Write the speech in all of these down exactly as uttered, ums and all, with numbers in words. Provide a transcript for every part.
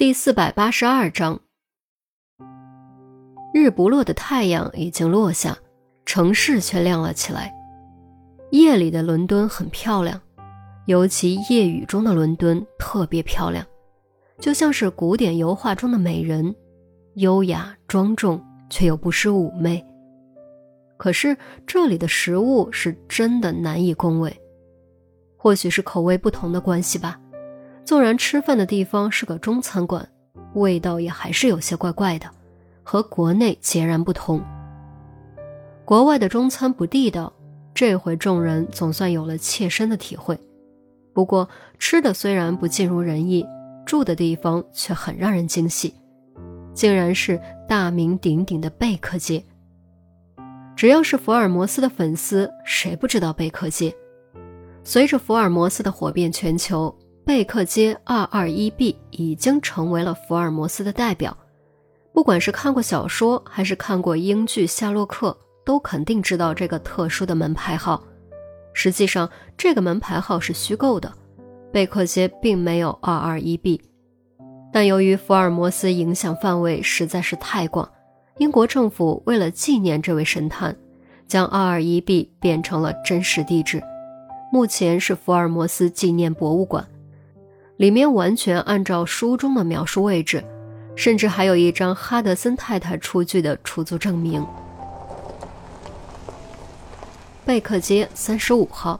第四百八十二章。日不落的太阳已经落下，城市却亮了起来。夜里的伦敦很漂亮，尤其夜雨中的伦敦特别漂亮，就像是古典油画中的美人，优雅庄重，却又不失妩媚。可是这里的食物是真的难以恭维，或许是口味不同的关系吧，纵然吃饭的地方是个中餐馆，味道也还是有些怪怪的，和国内截然不同。国外的中餐不地道，这回众人总算有了切身的体会。不过吃的虽然不尽如人意，住的地方却很让人惊喜，竟然是大名鼎鼎的贝克街。只要是福尔摩斯的粉丝，谁不知道贝克街？随着福尔摩斯的火遍全球，贝克街 二二一 B 已经成为了福尔摩斯的代表。不管是看过小说还是看过英剧《夏洛克》，都肯定知道这个特殊的门牌号。实际上这个门牌号是虚构的，贝克街并没有 二二一 B。 但由于福尔摩斯影响范围实在是太广，英国政府为了纪念这位神探，将 二二一 B 变成了真实地址，目前是福尔摩斯纪念博物馆，里面完全按照书中的描述位置，甚至还有一张哈德森太太出具的出租证明。贝克街三十五号。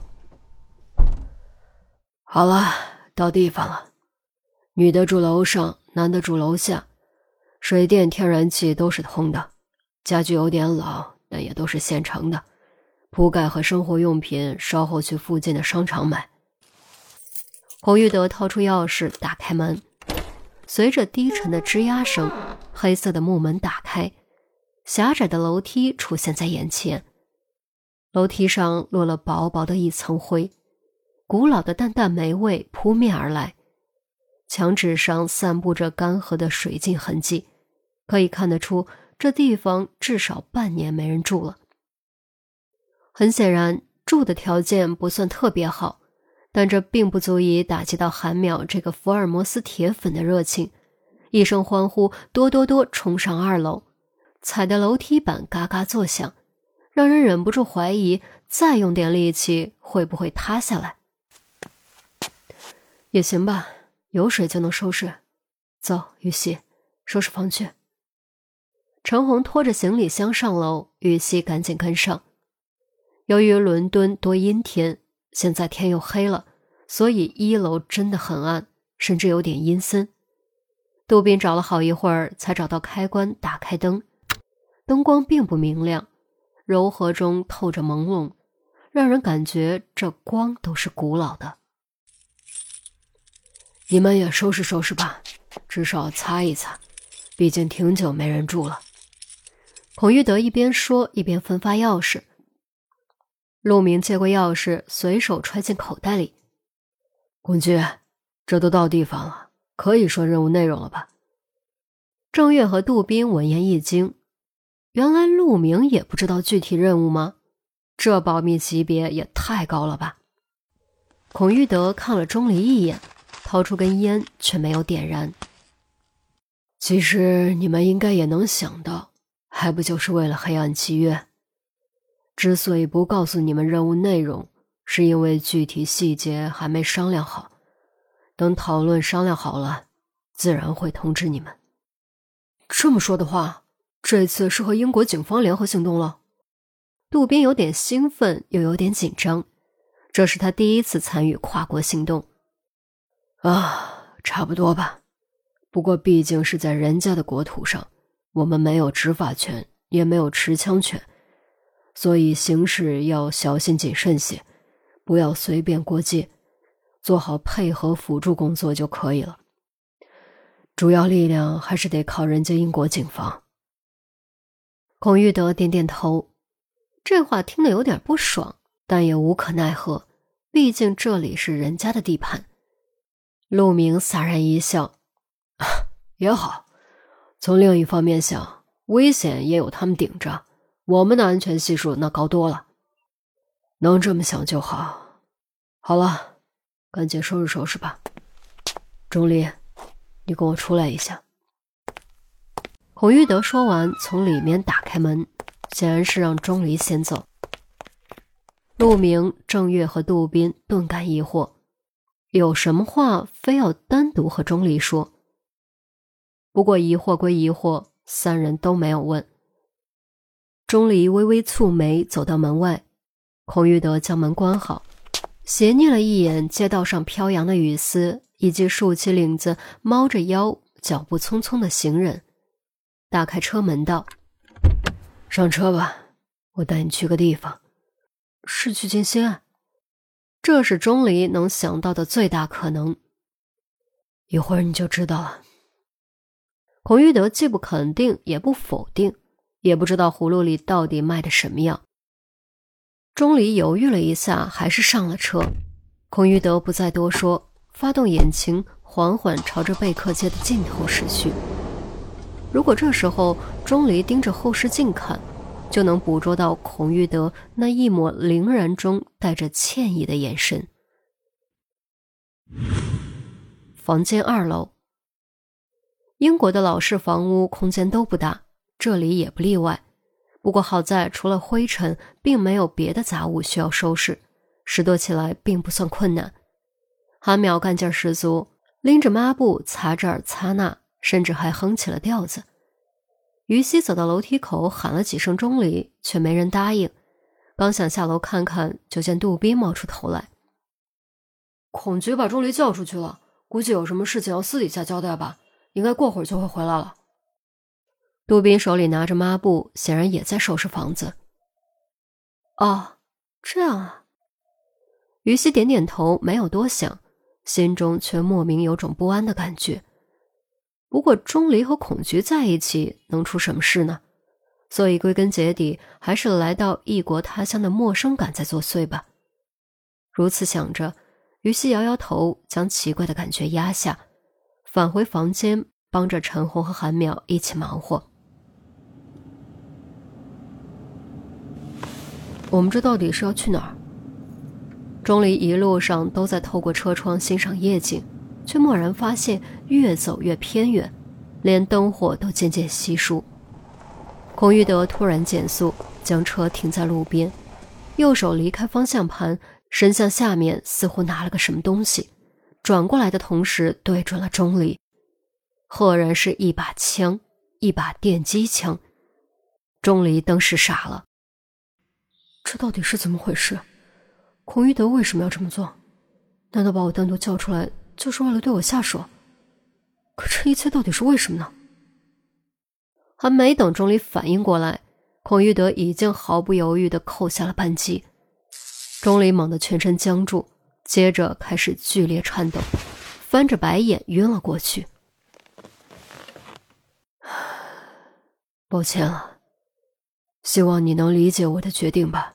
好了，到地方了。女的住楼上，男的住楼下，水电天然气都是通的，家具有点老，但也都是现成的，铺盖和生活用品稍后去附近的商场买。 洪玉德掏出钥匙打开门，随着低沉的吱呀声，黑色的木门打开，狭窄的楼梯出现在眼前。楼梯上落了薄薄的一层灰，古老的淡淡霉味扑面而来，墙纸上散布着干涸的水浸痕迹，可以看得出这地方至少半年没人住了。很显然，住的条件不算特别好，但这并不足以打击到韩淼这个福尔摩斯铁粉的热情。一声欢呼，多多多冲上二楼，踩的楼梯板嘎嘎作响，让人忍不住怀疑再用点力气会不会塌下来。也行吧，有水就能收拾。走，玉溪，收拾房去。陈红拖着行李箱上楼，玉溪赶紧跟上。由于伦敦多阴天，现在天又黑了，所以一楼真的很暗，甚至有点阴森。杜宾找了好一会儿才找到开关，打开灯。灯光并不明亮，柔和中透着朦胧，让人感觉这光都是古老的。 你们也收拾收拾吧，至少擦一擦，毕竟挺久没人住了。 孔玉德一边说一边分发钥匙。陆明接过钥匙，随手揣进口袋里。 公爵，这都到地方了，可以说任务内容了吧？ 郑月和杜宾闻言一惊，原来陆明也不知道具体任务吗？这保密级别也太高了吧。孔玉德看了钟离一眼，掏出根烟却没有点燃。 其实你们应该也能想到，还不就是为了黑暗契约？之所以不告诉你们任务内容，是因为具体细节还没商量好，等讨论商量好了，自然会通知你们。 这么说的话，这次是和英国警方联合行动了？杜宾有点兴奋，又有点紧张，这是他第一次参与跨国行动。 啊，差不多吧。不过毕竟是在人家的国土上，我们没有执法权，也没有持枪权，所以行事要小心谨慎些，不要随便过界，做好配合辅助工作就可以了。主要力量还是得靠人家英国警方。 孔玉德点点头，这话听得有点不爽，但也无可奈何，毕竟这里是人家的地盘。陆明洒然一笑， 也好，从另一方面想，危险也有他们顶着，我们的安全系数那高多了。能这么想就好。好了，赶紧收拾收拾吧。钟离， 你跟我出来一下。 孔玉德说完，从里面打开门，显然是让钟离先走。陆明、郑月和杜宾顿感疑惑，有什么话非要单独和钟离说？不过疑惑归疑惑，三人都没有问。钟离微微蹙眉走到门外，孔玉德将门关好，斜睨了一眼街道上飘扬的雨丝，以及竖起领子猫着腰脚步匆匆的行人，打开车门道： 上车吧，我带你去个地方。 是去见心爱？这是钟离能想到的最大可能。 一会儿你就知道了。 孔玉德既不肯定也不否定，也不知道葫芦里到底卖的什么样。钟离犹豫了一下，还是上了车。孔玉德不再多说，发动引擎，缓缓朝着贝克街的尽头驶去。如果这时候钟离盯着后视镜看，就能捕捉到孔玉德那一抹凌然中带着歉意的眼神。房间二楼。英国的老式房屋空间都不大，这里也不例外。不过好在除了灰尘，并没有别的杂物需要收拾，拾掇起来并不算困难。韩淼干劲十足，拎着抹布擦这儿擦那，甚至还哼起了调子。于西走到楼梯口喊了几声钟离，却没人答应。刚想下楼看看，就见杜宾冒出头来。 孔局把钟离叫出去了，估计有什么事情要私底下交代吧，应该过会儿就会回来了。 杜宾手里拿着抹布，显然也在收拾房子。哦，这样啊。于西点点头，没有多想，心中却莫名有种不安的感觉。不过钟离和孔局在一起能出什么事呢？所以归根结底还是来到异国他乡的陌生感在作祟吧。如此想着，于西摇摇头，将奇怪的感觉压下，返回房间，帮着陈红和韩淼一起忙活。 我们这到底是要去哪儿？ 钟离一路上都在透过车窗欣赏夜景，却蓦然发现越走越偏远，连灯火都渐渐稀疏。孔玉德突然减速，将车停在路边，右手离开方向盘，伸向下面，似乎拿了个什么东西，转过来的同时对准了钟离，赫然是一把枪，一把电击枪。钟离当时傻了， 这到底是怎么回事？孔玉德为什么要这么做？难道把我单独叫出来就是为了对我下手？可这一切到底是为什么呢？ 还没等钟离反应过来，孔玉德已经毫不犹豫地扣下了扳机。钟离猛地全身僵住，接着开始剧烈颤抖，翻着白眼晕了过去。 抱歉了，希望你能理解我的决定吧。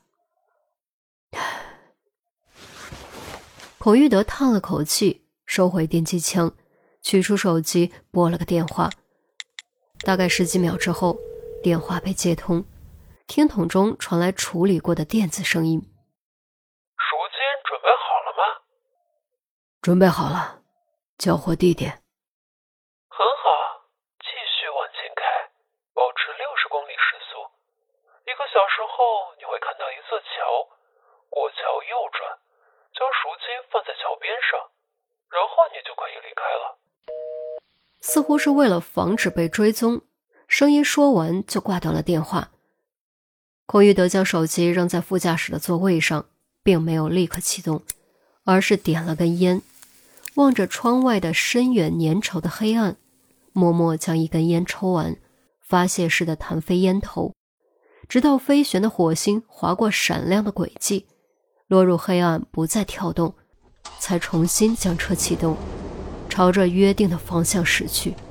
孔玉德叹了口气，收回电击枪，取出手机拨了个电话。大概十几秒之后，电话被接通，听筒中传来处理过的电子声音： 赎金准备好了吗？ 准备好了，交货地点。 很好，继续往前开，保持六十公里时速。一个小时后你会看到一座桥，过桥右转，将赎金放在桥边上，然后你就可以离开了。 似乎是为了防止被追踪，声音说完就挂断了电话。孔玉德将手机扔在副驾驶的座位上，并没有立刻启动，而是点了根烟，望着窗外的深远粘稠的黑暗，默默将一根烟抽完，发泄似的弹飞烟头，直到飞旋的火星划过闪亮的轨迹，落入黑暗不再跳动，才重新将车启动，朝着约定的方向驶去。